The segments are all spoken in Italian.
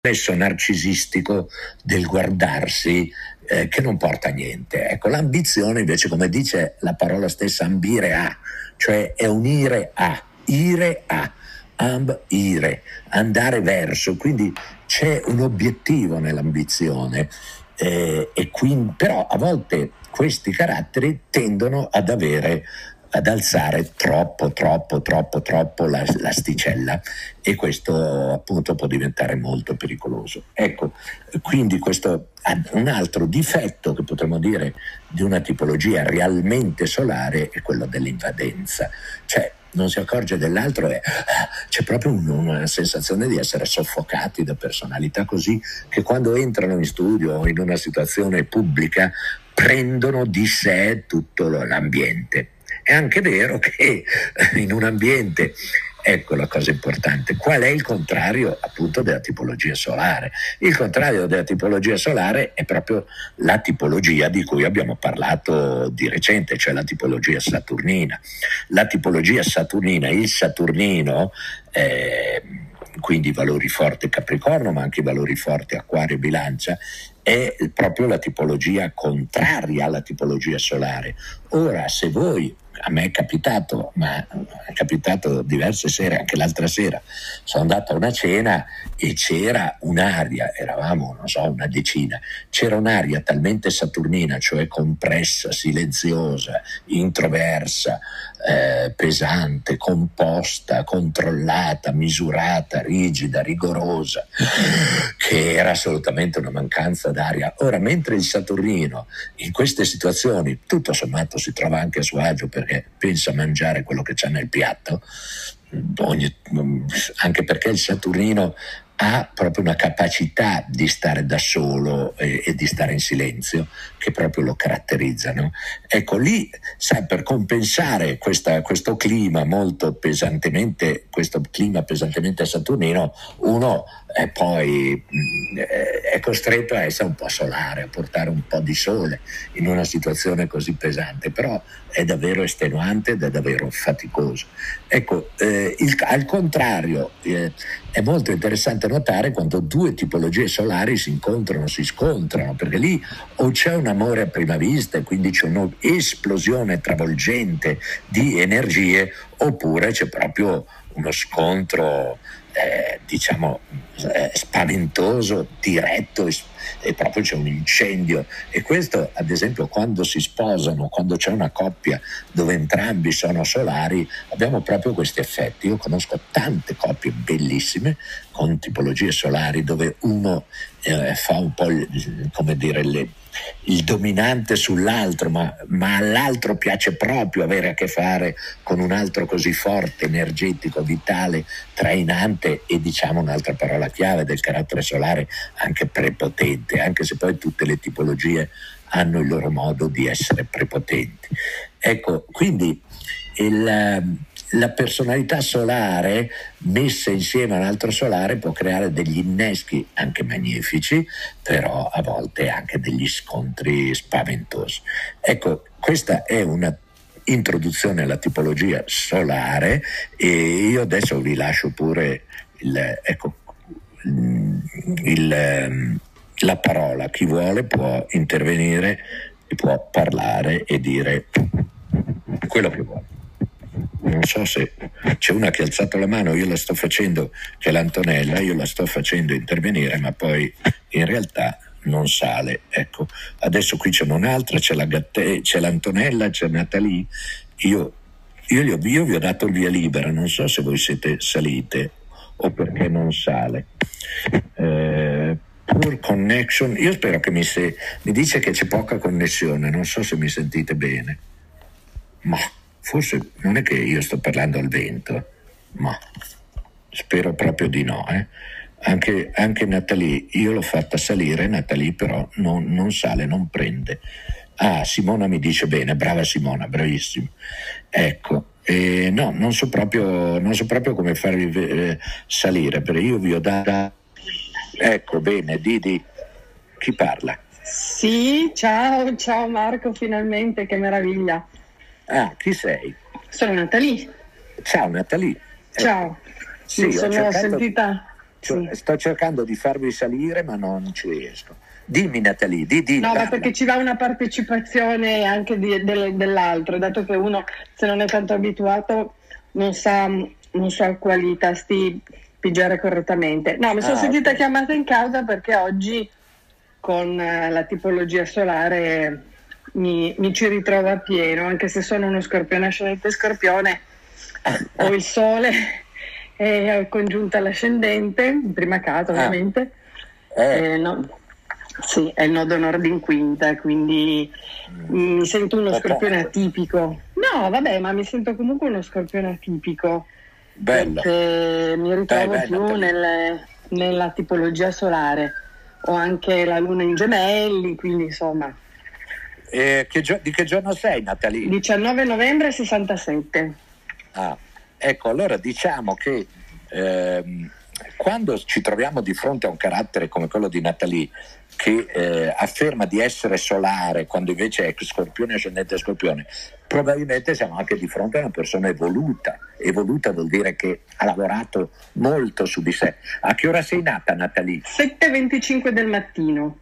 riflesso narcisistico del guardarsi che non porta a niente. Ecco, l'ambizione invece, come dice la parola stessa, ambire a, cioè è unire a, ire a, ambire, andare verso, quindi c'è un obiettivo nell'ambizione e quindi, però a volte questi caratteri tendono ad alzare troppo l'asticella, e questo appunto può diventare molto pericoloso. Ecco, quindi questo un altro difetto che potremmo dire di una tipologia realmente solare è quello dell'invadenza, cioè non si accorge dell'altro e c'è proprio una sensazione di essere soffocati da personalità così, che quando entrano in studio o in una situazione pubblica prendono di sé tutto l'ambiente. È anche vero che in un ambiente, ecco la cosa importante, qual è il contrario appunto della tipologia solare? Il contrario della tipologia solare è proprio la tipologia di cui abbiamo parlato di recente, cioè la tipologia saturnina. La tipologia saturnina, il saturnino, quindi valori forti Capricorno, ma anche valori forti Acquario e Bilancia, è proprio la tipologia contraria alla tipologia solare. Ora, se voi, a me è capitato, ma è capitato diverse sere, anche l'altra sera sono andato a una cena e c'era un'aria, eravamo non so una decina, c'era un'aria talmente saturnina, cioè compressa, silenziosa, introversa, pesante, composta, controllata, misurata, rigida, rigorosa, che era assolutamente una mancanza d'aria. Ora, mentre il Saturnino in queste situazioni tutto sommato si trova anche a suo agio, perché pensa a mangiare quello che c'è nel piatto, anche perché il Saturnino ha proprio una capacità di stare da solo e di stare in silenzio che proprio lo caratterizzano. Ecco, lì, sai, per compensare questo clima molto pesantemente, questo clima pesantemente saturnino, uno poi è costretto a essere un po' solare, a portare un po' di sole in una situazione così pesante, però è davvero estenuante ed è davvero faticoso. Ecco, al contrario, è molto interessante notare quando due tipologie solari si incontrano, si scontrano, perché lì o c'è un amore a prima vista e quindi c'è un'esplosione travolgente di energie, oppure c'è proprio uno scontro spaventoso, diretto, e proprio c'è un incendio. E questo, ad esempio, quando si sposano, quando c'è una coppia dove entrambi sono solari, abbiamo proprio questi effetti. Io conosco tante coppie bellissime con tipologie solari dove uno fa un po' il dominante sull'altro, ma all'altro piace proprio avere a che fare con un altro così forte, energetico, vitale, trainante e, diciamo un'altra parola chiave del carattere solare, anche prepotente, anche se poi tutte le tipologie hanno il loro modo di essere prepotenti. Ecco, quindi la personalità solare messa insieme a un altro solare può creare degli inneschi anche magnifici, però a volte anche degli scontri spaventosi. Ecco, questa è una introduzione alla tipologia solare, e io adesso vi lascio pure la parola. Chi vuole può intervenire e può parlare e dire quello che vuole. Non so se c'è una che ha alzato la mano, io la sto facendo, che è l'Antonella, io la sto facendo intervenire, ma poi in realtà non sale. Ecco, adesso qui c'è un'altra, c'è l'Antonella, c'è Natalie. Io vi ho dato il via libera, non so se voi siete salite o perché non sale. Poor connection, io spero che mi dice che c'è poca connessione, non so se mi sentite bene, ma forse non è che io sto parlando al vento, ma spero proprio di no. Anche Natalie, io l'ho fatta salire, Natalie però non sale, non prende. Simona mi dice bene, brava Simona, bravissima. Ecco, no, non so proprio come farvi salire, perché io vi ho dato. Ecco, bene, Didi, chi parla? Sì, ciao Marco, finalmente, che meraviglia. Chi sei? Sono Natalie. Ciao Natalie. Ciao, Sì, mi sono sentita Sì. Sto cercando di farvi salire, ma non ci riesco. Dimmi, Natalie, di. No, ma perché ci va una partecipazione anche dell'altro, dato che uno, se non è tanto abituato, non sa quali tasti pigiare correttamente. No, mi sono sentita chiamata in causa perché oggi con la tipologia solare mi ci ritrovo a pieno, anche se sono uno scorpione ascendente scorpione, ho il sole e congiunta l'ascendente, in prima casa ovviamente. No. Sì, è il nodo nord in quinta, quindi mi sento uno scorpione atipico. No, vabbè, ma mi sento comunque uno scorpione atipico. Bello. Perché mi ritrovo più nella tipologia solare. Ho anche la luna in gemelli, quindi insomma. Di che giorno sei, Natalie? 19 novembre 67. Ecco, allora diciamo che quando ci troviamo di fronte a un carattere come quello di Natalie, che afferma di essere solare quando invece è scorpione ascendente scorpione, probabilmente siamo anche di fronte a una persona evoluta. Evoluta vuol dire che ha lavorato molto su di sé. A che ora sei nata, Natalie? 7:25 del mattino.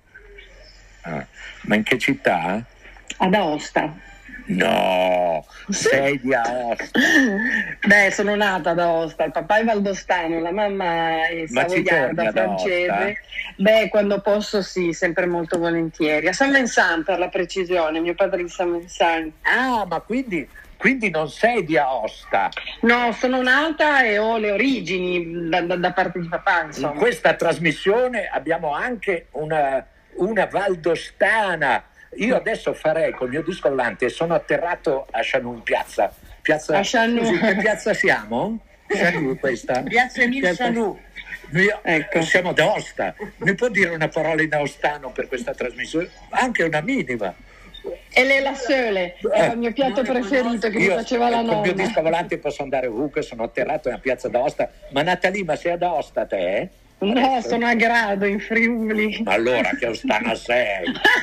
Ma in che città? Ad Aosta. No, sei di Aosta. Beh, sono nata ad Aosta, il papà è valdostano, la mamma è savoiarda, francese. Beh, quando posso sì, sempre molto volentieri. A Saint Vincent, per la precisione, mio padre di Saint Vincent. Ma quindi non sei di Aosta? No, sono nata e ho le origini da parte di papà, insomma. In questa trasmissione abbiamo anche una valdostana. Io adesso farei col mio disco volante, sono atterrato a Chanou in piazza. A Chanou. Scusi, che piazza siamo? Chanou questa? Piazza Emile Chanou. Ecco. Siamo d'Aosta. Mi può dire una parola in aostano per questa trasmissione? Anche una minima. E lei la sole, era il mio piatto preferito che mi faceva la nonna. Con il mio disco volante posso andare ovunque, sono atterrato nella piazza d'Aosta. Ma Natalie, ma sei ad Aosta te? No, sono a Grado, in Friuli. Ma allora che aostana sei?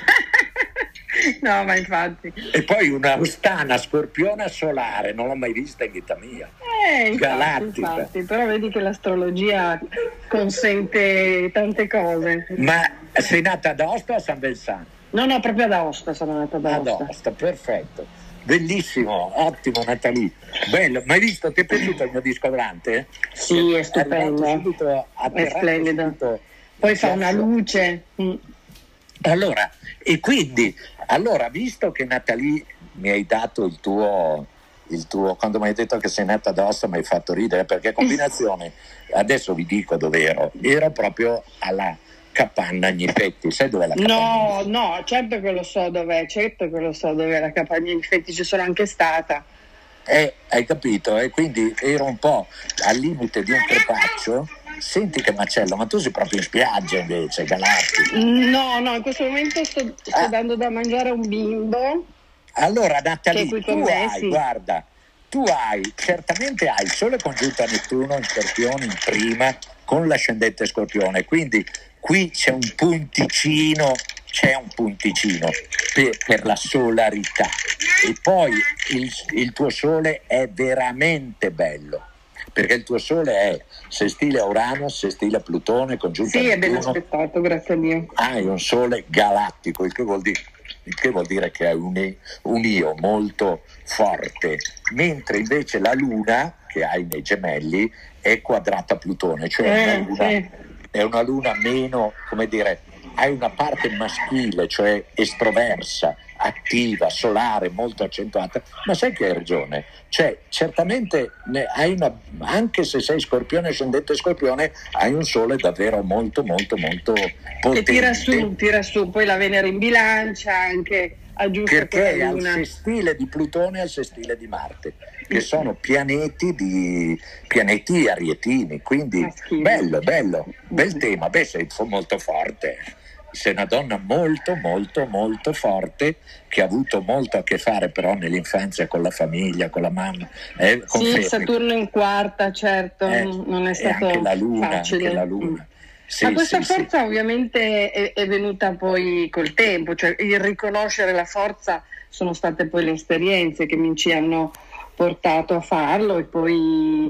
No, ma infatti. E poi una aostana scorpiona solare, non l'ho mai vista in vita mia. Infatti, però vedi che l'astrologia consente tante cose. Ma sei nata ad Aosta o a San Vincent? No, proprio ad Aosta sono nata ad Aosta. Ad Aosta, perfetto. Bellissimo, ottimo Natalie. Bello, ma hai visto, ti è piaciuto il mio disco volante? Sì, è stupendo. È splendido. Poi fa una luce. Allora, e quindi, visto che Natalie mi hai dato il tuo, quando mi hai detto che sei nata ad Aosta mi hai fatto ridere, perché combinazione, adesso vi dico dove ero proprio alla Capanna Agnifetti, sai dov'è la Capanna? No, certo che lo so dov'è la Capanna Agnifetti, ci sono anche stata. Hai capito? E quindi ero un po' al limite di un crepaccio. Senti che macello, ma tu sei proprio in spiaggia invece, galattico. No, in questo momento sto dando da mangiare a un bimbo. Allora Natalie, certamente hai il sole congiunto a Nettuno in Scorpione in prima con l'ascendente Scorpione, quindi qui c'è un punticino per la solarità, e poi il tuo sole è veramente bello, perché il tuo sole è sestile a Urano, sestile a Plutone, congiunto a Nettuno. Sì, è ben aspettato, grazie a Dio. Hai un sole galattico, il che vuol dire che hai un io molto forte, mentre invece la luna che hai nei gemelli è quadrata a Plutone, cioè è una luna meno, come dire, hai una parte maschile, cioè estroversa, attiva, solare, molto accentuata, ma sai che hai ragione, cioè certamente anche se sei Scorpione, ascendente Scorpione, hai un sole davvero molto molto molto potente. Che tira su, poi la Venere in bilancia anche aggiusta, perché è al sestile di Plutone e al sestile di Marte, che sono pianeti arietini, quindi bello, bel tema. Sei molto forte, sei una donna molto molto molto forte, che ha avuto molto a che fare però nell'infanzia con la famiglia, con la mamma. Sì, Saturno in quarta, certo, non è stato anche la luna, facile. Anche la luna. Sì, ma questa forza ovviamente è venuta poi col tempo, cioè il riconoscere la forza sono state poi le esperienze che ci hanno portato a farlo, e poi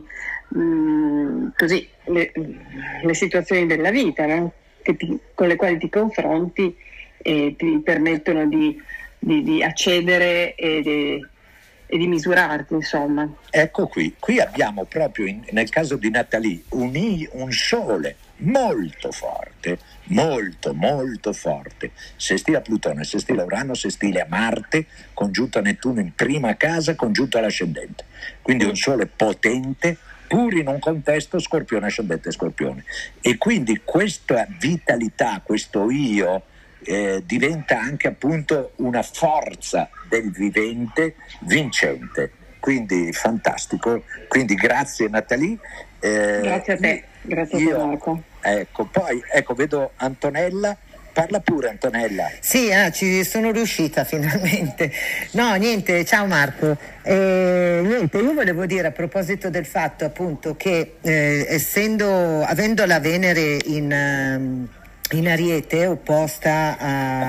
così le situazioni della vita, no? Con le quali ti confronti e ti permettono di accedere e di misurarti, insomma. Ecco qui abbiamo proprio nel caso di Nathalie un sole molto forte, molto molto forte, sestile a Plutone, sestile a Urano, sestile a Marte, congiunto a Nettuno in prima casa, congiunto all'ascendente, quindi un sole potente pur in un contesto Scorpione ascendente Scorpione, e quindi questa vitalità, questo io diventa anche appunto una forza del vivente vincente, quindi fantastico. Quindi grazie Nathalie, grazie a te, grazie a te Marco. Poi vedo Antonella. Parla pure Antonella. Sì, ci sono riuscita finalmente. No, niente, ciao Marco. Niente, io volevo dire a proposito del fatto appunto che avendo la Venere in Ariete opposta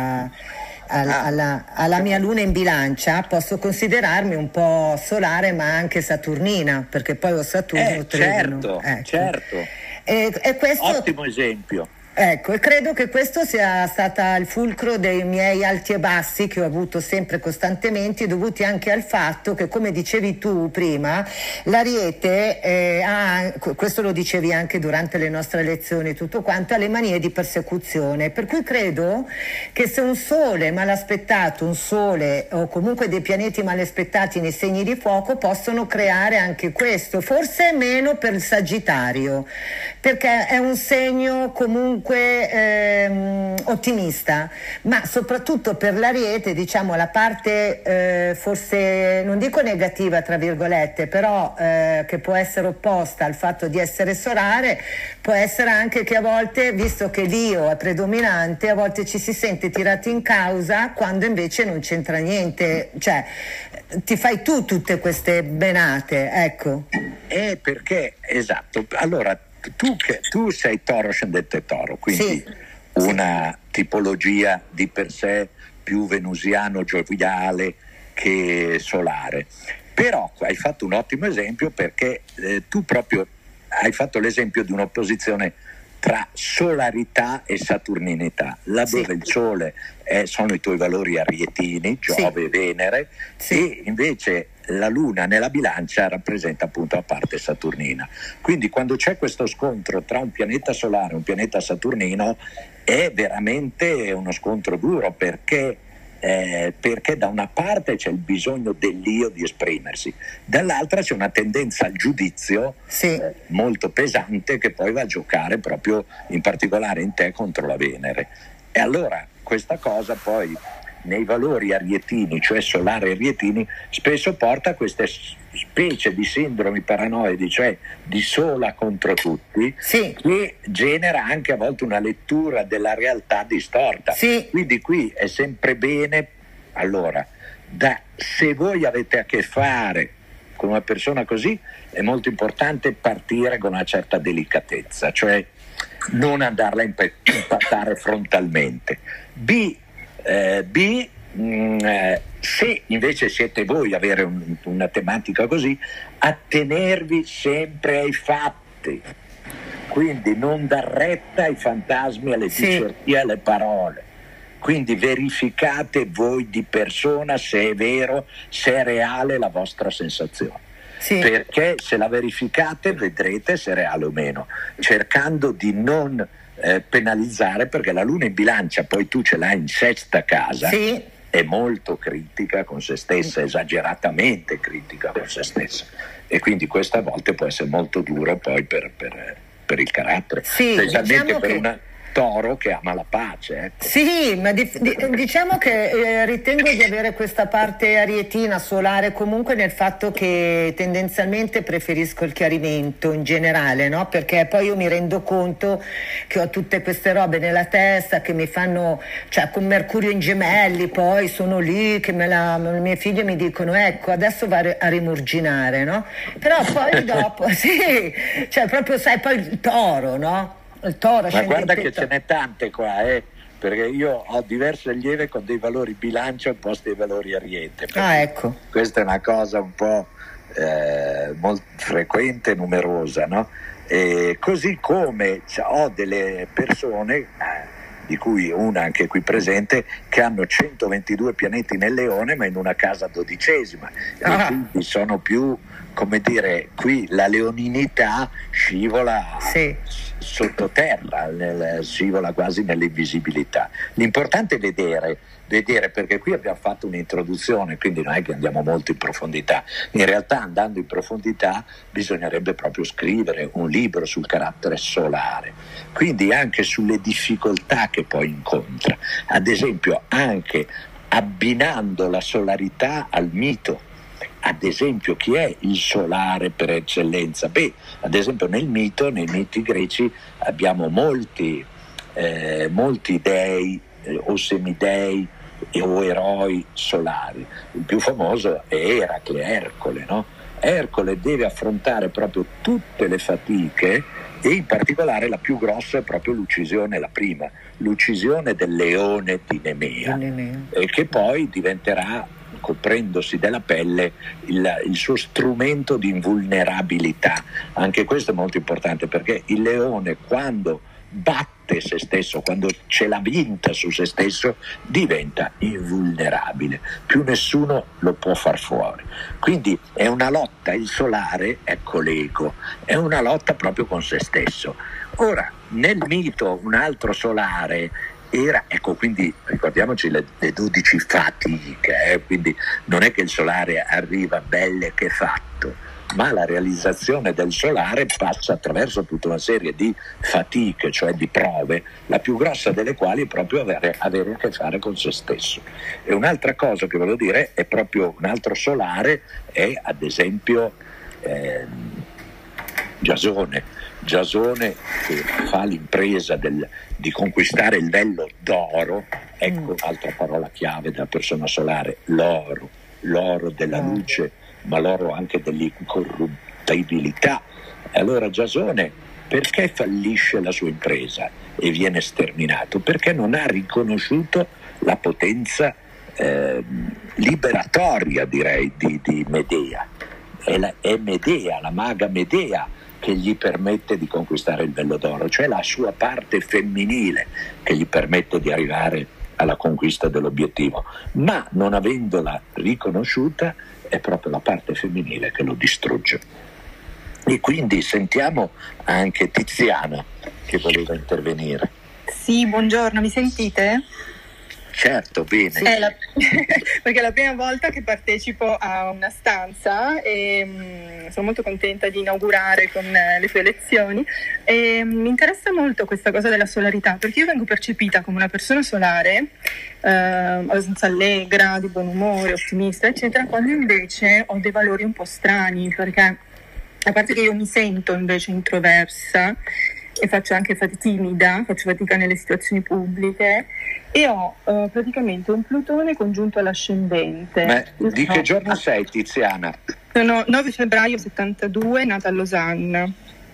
alla mia luna in Bilancia, posso considerarmi un po' solare ma anche saturnina, perché poi ho Saturno certo, ecco. Certo. E questo, ottimo esempio. Ecco, e credo che questo sia stata il fulcro dei miei alti e bassi che ho avuto sempre costantemente, dovuti anche al fatto che, come dicevi tu prima, l'Ariete questo lo dicevi anche durante le nostre lezioni, tutto quanto, ha le manie di persecuzione, per cui credo che se un sole mal aspettato, un sole o comunque dei pianeti mal aspettati nei segni di fuoco possono creare anche questo, forse meno per il Sagittario, perché è un segno comunque ottimista, ma soprattutto per l'Ariete, diciamo, la parte forse non dico negativa tra virgolette, però che può essere opposta al fatto di essere solare, può essere anche che a volte, visto che l'io è predominante, a volte ci si sente tirati in causa quando invece non c'entra niente, cioè ti fai tu tutte queste benate, ecco. Perché, esatto, allora tu sei Toro ascendente Toro, quindi sì, una tipologia di per sé più venusiano gioviale che solare, però hai fatto un ottimo esempio, perché tu proprio hai fatto l'esempio di un'opposizione tra solarità e saturninità, laddove il Sole sono i tuoi valori arietini, Giove e Venere, e invece la Luna nella Bilancia rappresenta appunto la parte saturnina. Quindi quando c'è questo scontro tra un pianeta solare e un pianeta saturnino è veramente uno scontro duro, perché da una parte c'è il bisogno dell'io di esprimersi, dall'altra c'è una tendenza al giudizio molto pesante, che poi va a giocare proprio in particolare in te contro la Venere. E allora questa cosa poi nei valori arietini, cioè solare arietini, spesso porta a queste specie di sindromi paranoidi, cioè di sola contro tutti, che genera anche a volte una lettura della realtà distorta. Quindi qui è sempre bene, allora, se voi avete a che fare con una persona così, è molto importante partire con una certa delicatezza, cioè non andarla a impattare frontalmente. Se invece siete voi a avere una tematica così, attenervi sempre ai fatti, quindi non dar retta ai fantasmi, alle dicerie, alle parole. Quindi verificate voi di persona se è vero, se è reale la vostra sensazione. Perché se la verificate vedrete se è reale o meno, cercando di non penalizzare, perché la Luna in Bilancia poi tu ce l'hai in sesta casa, è molto critica con se stessa, esageratamente critica con se stessa, e quindi questa a volte può essere molto duro poi per il carattere, specialmente per una Toro che ama la pace, ecco. Sì, ma diciamo che ritengo di avere questa parte arietina solare comunque, nel fatto che tendenzialmente preferisco il chiarimento in generale, no? Perché poi io mi rendo conto che ho tutte queste robe nella testa che mi fanno, cioè con Mercurio in Gemelli, poi sono lì che le mie figlie mi dicono ecco adesso va a rimurginare, no? Però poi dopo cioè proprio sai, poi il Toro, no? Il Toro, ma guarda che ce n'è tante qua, perché io ho diverse allieve con dei valori Bilancia opposti ai valori Ariete. Ecco. Questa è una cosa un po' molto frequente e numerosa, no? Così come ho delle persone, di cui una anche qui presente, che hanno 122 pianeti nel Leone ma in una casa 12ª, e quindi sono più, come dire, qui la leoninità scivola sottoterra, scivola quasi nell'invisibilità. L'importante è vedere, perché qui abbiamo fatto un'introduzione, quindi non è che andiamo molto in profondità. In realtà, andando in profondità, bisognerebbe proprio scrivere un libro sul carattere solare, quindi anche sulle difficoltà che poi incontra, ad esempio anche abbinando la solarità al mito. Ad esempio, chi è il solare per eccellenza? Ad esempio nei miti greci abbiamo molti dei o semidei o eroi solari. Il più famoso è Ercole, no? Ercole deve affrontare proprio tutte le fatiche, e in particolare la più grossa è proprio l'uccisione, la prima, l'uccisione del leone di Nemea. E che poi diventerà, coprendosi della pelle, il suo strumento di invulnerabilità. Anche questo è molto importante, perché il leone, quando batte se stesso, quando ce l'ha vinta su se stesso, diventa invulnerabile, più nessuno lo può far fuori. Quindi è una lotta, il solare, ecco l'ego, è una lotta proprio con se stesso. Ora, nel mito un altro solare era, ecco, quindi ricordiamoci le 12 fatiche, quindi non è che il solare arriva belle che fatto, ma la realizzazione del solare passa attraverso tutta una serie di fatiche, cioè di prove, la più grossa delle quali è proprio avere a che fare con se stesso. E un'altra cosa che voglio dire è proprio un altro solare, è ad esempio Giasone, che fa l'impresa di conquistare il vello d'oro. Ecco un'altra parola chiave della persona solare: l'oro della luce, ma l'oro anche dell'incorruttibilità. Allora Giasone perché fallisce la sua impresa e viene sterminato? Perché non ha riconosciuto la potenza liberatoria, direi, di Medea. È Medea, la maga Medea, che gli permette di conquistare il vello d'oro, cioè la sua parte femminile che gli permette di arrivare alla conquista dell'obiettivo, ma non avendola riconosciuta è proprio la parte femminile che lo distrugge. E quindi sentiamo anche Tiziana che voleva intervenire. Sì, buongiorno, mi sentite? Certo, bene. Sì. Perché è la prima volta che partecipo a una stanza e sono molto contenta di inaugurare con le tue lezioni, e mi interessa molto questa cosa della solarità, perché io vengo percepita come una persona solare, abbastanza allegra, di buon umore, ottimista, eccetera, quando invece ho dei valori un po' strani, perché a parte che io mi sento invece introversa e faccio anche timida, faccio fatica nelle situazioni pubbliche, e ho praticamente un Plutone congiunto all'ascendente. Ma di che giorno sei, Tiziana? Sono 9 febbraio 72, nata a Losanna.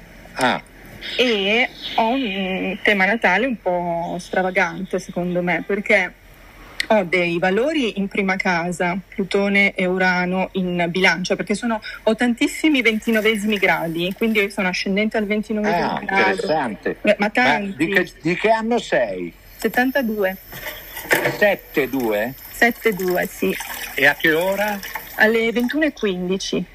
E ho un tema natale un po' stravagante, secondo me, perché ho dei valori in prima casa, Plutone e Urano in bilancia, perché ho tantissimi 29esimi gradi, quindi io sono ascendente al 29esimo grado. Interessante. Ma tanti. Ma di che anno sei? 72. 7-2? 7-2, sì. E a che ora? Alle 21:15.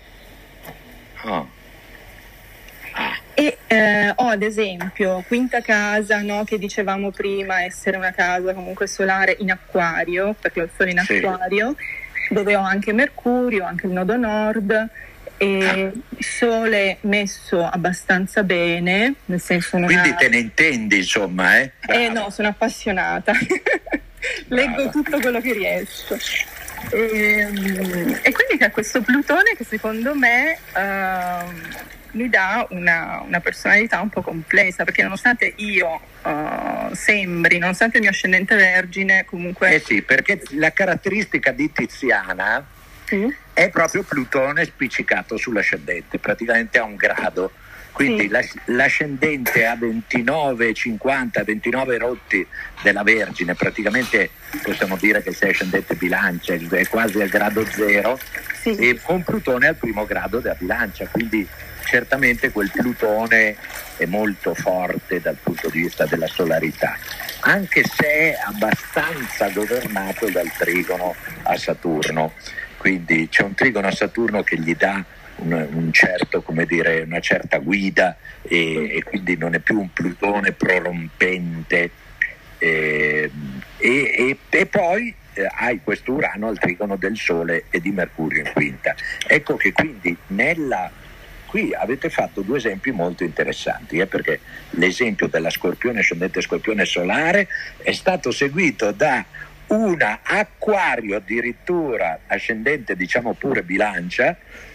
E ho ad esempio quinta casa, no, che dicevamo prima essere una casa comunque solare in Acquario, perché ho il Sole in Acquario, dove ho anche Mercurio, anche il nodo nord, e Sole messo abbastanza bene, nel senso quindi te ne intendi, insomma, no, sono appassionata. Leggo tutto quello che riesco. E quindi c'è questo Plutone che secondo me mi dà una personalità un po' complessa, perché nonostante io nonostante il mio ascendente Vergine, comunque sì, perché la caratteristica di Tiziana è proprio Plutone spiccicato sull'ascendente, praticamente a un grado quindi l'ascendente a 29, 50, 29 rotti della Vergine, praticamente possiamo dire che sei ascendente Bilancia, è quasi al grado zero, e con Plutone al primo grado della Bilancia, quindi certamente quel Plutone è molto forte dal punto di vista della solarità, anche se è abbastanza governato dal trigono a Saturno, quindi c'è un trigono a Saturno che gli dà un certo, come dire, una certa guida, e quindi non è più un Plutone prorompente, e poi hai questo Urano al trigono del Sole e di Mercurio in quinta. Ecco che quindi qui avete fatto due esempi molto interessanti, perché l'esempio della Scorpione, ascendente Scorpione solare, è stato seguito da una Acquario addirittura ascendente, diciamo pure Bilancia,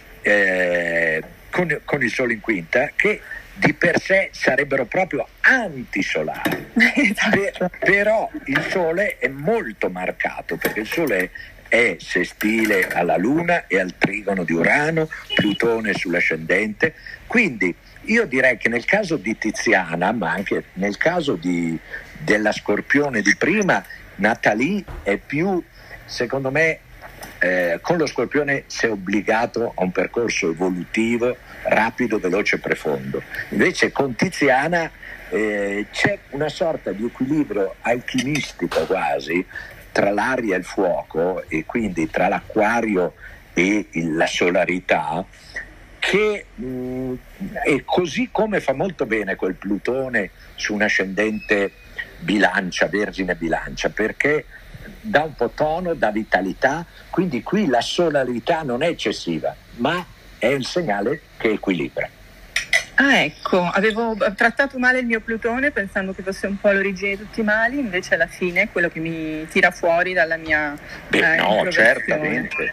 con il Sole in quinta, che di per sé sarebbero proprio antisolari. Esatto. Però il Sole è molto marcato, perché il Sole è sestile alla Luna e al trigono di Urano, Plutone sull'ascendente, quindi io direi che nel caso di Tiziana, ma anche nel caso della Scorpione di prima, Natalie è più, secondo me, con lo Scorpione si è obbligato a un percorso evolutivo rapido, veloce e profondo. Invece con Tiziana c'è una sorta di equilibrio alchimistico quasi tra l'aria e il fuoco, e quindi tra l'Acquario e la solarità, che e così come fa molto bene quel Plutone su un ascendente Bilancia, Vergine Bilancia, perché dà un po' tono, dà vitalità, quindi qui la solarità non è eccessiva, ma è il segnale che equilibra. Ah, ecco, avevo trattato male il mio Plutone pensando che fosse un po' l'origine di tutti i mali, invece alla fine è quello che mi tira fuori dalla mia no, introversione. certamente.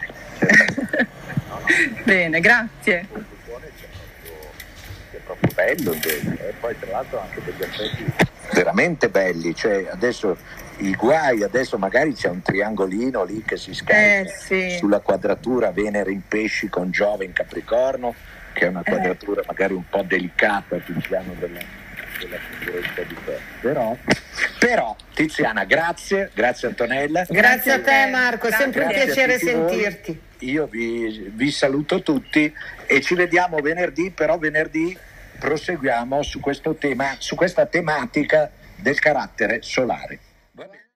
Bene, grazie. Il Plutone è proprio bello, e poi tra l'altro anche degli aspetti veramente belli, cioè adesso i guai, adesso magari c'è un triangolino lì che si scarica sulla quadratura Venere in Pesci con Giove in Capricorno, che è una quadratura magari un po' delicata sul piano della sicurezza di te. Però Tiziana, grazie Antonella. Grazie a te Marco, è sempre un piacere sentirti. Io vi saluto tutti e ci vediamo venerdì, però venerdì proseguiamo su questo tema, su questa tematica del carattere solare. Va bene.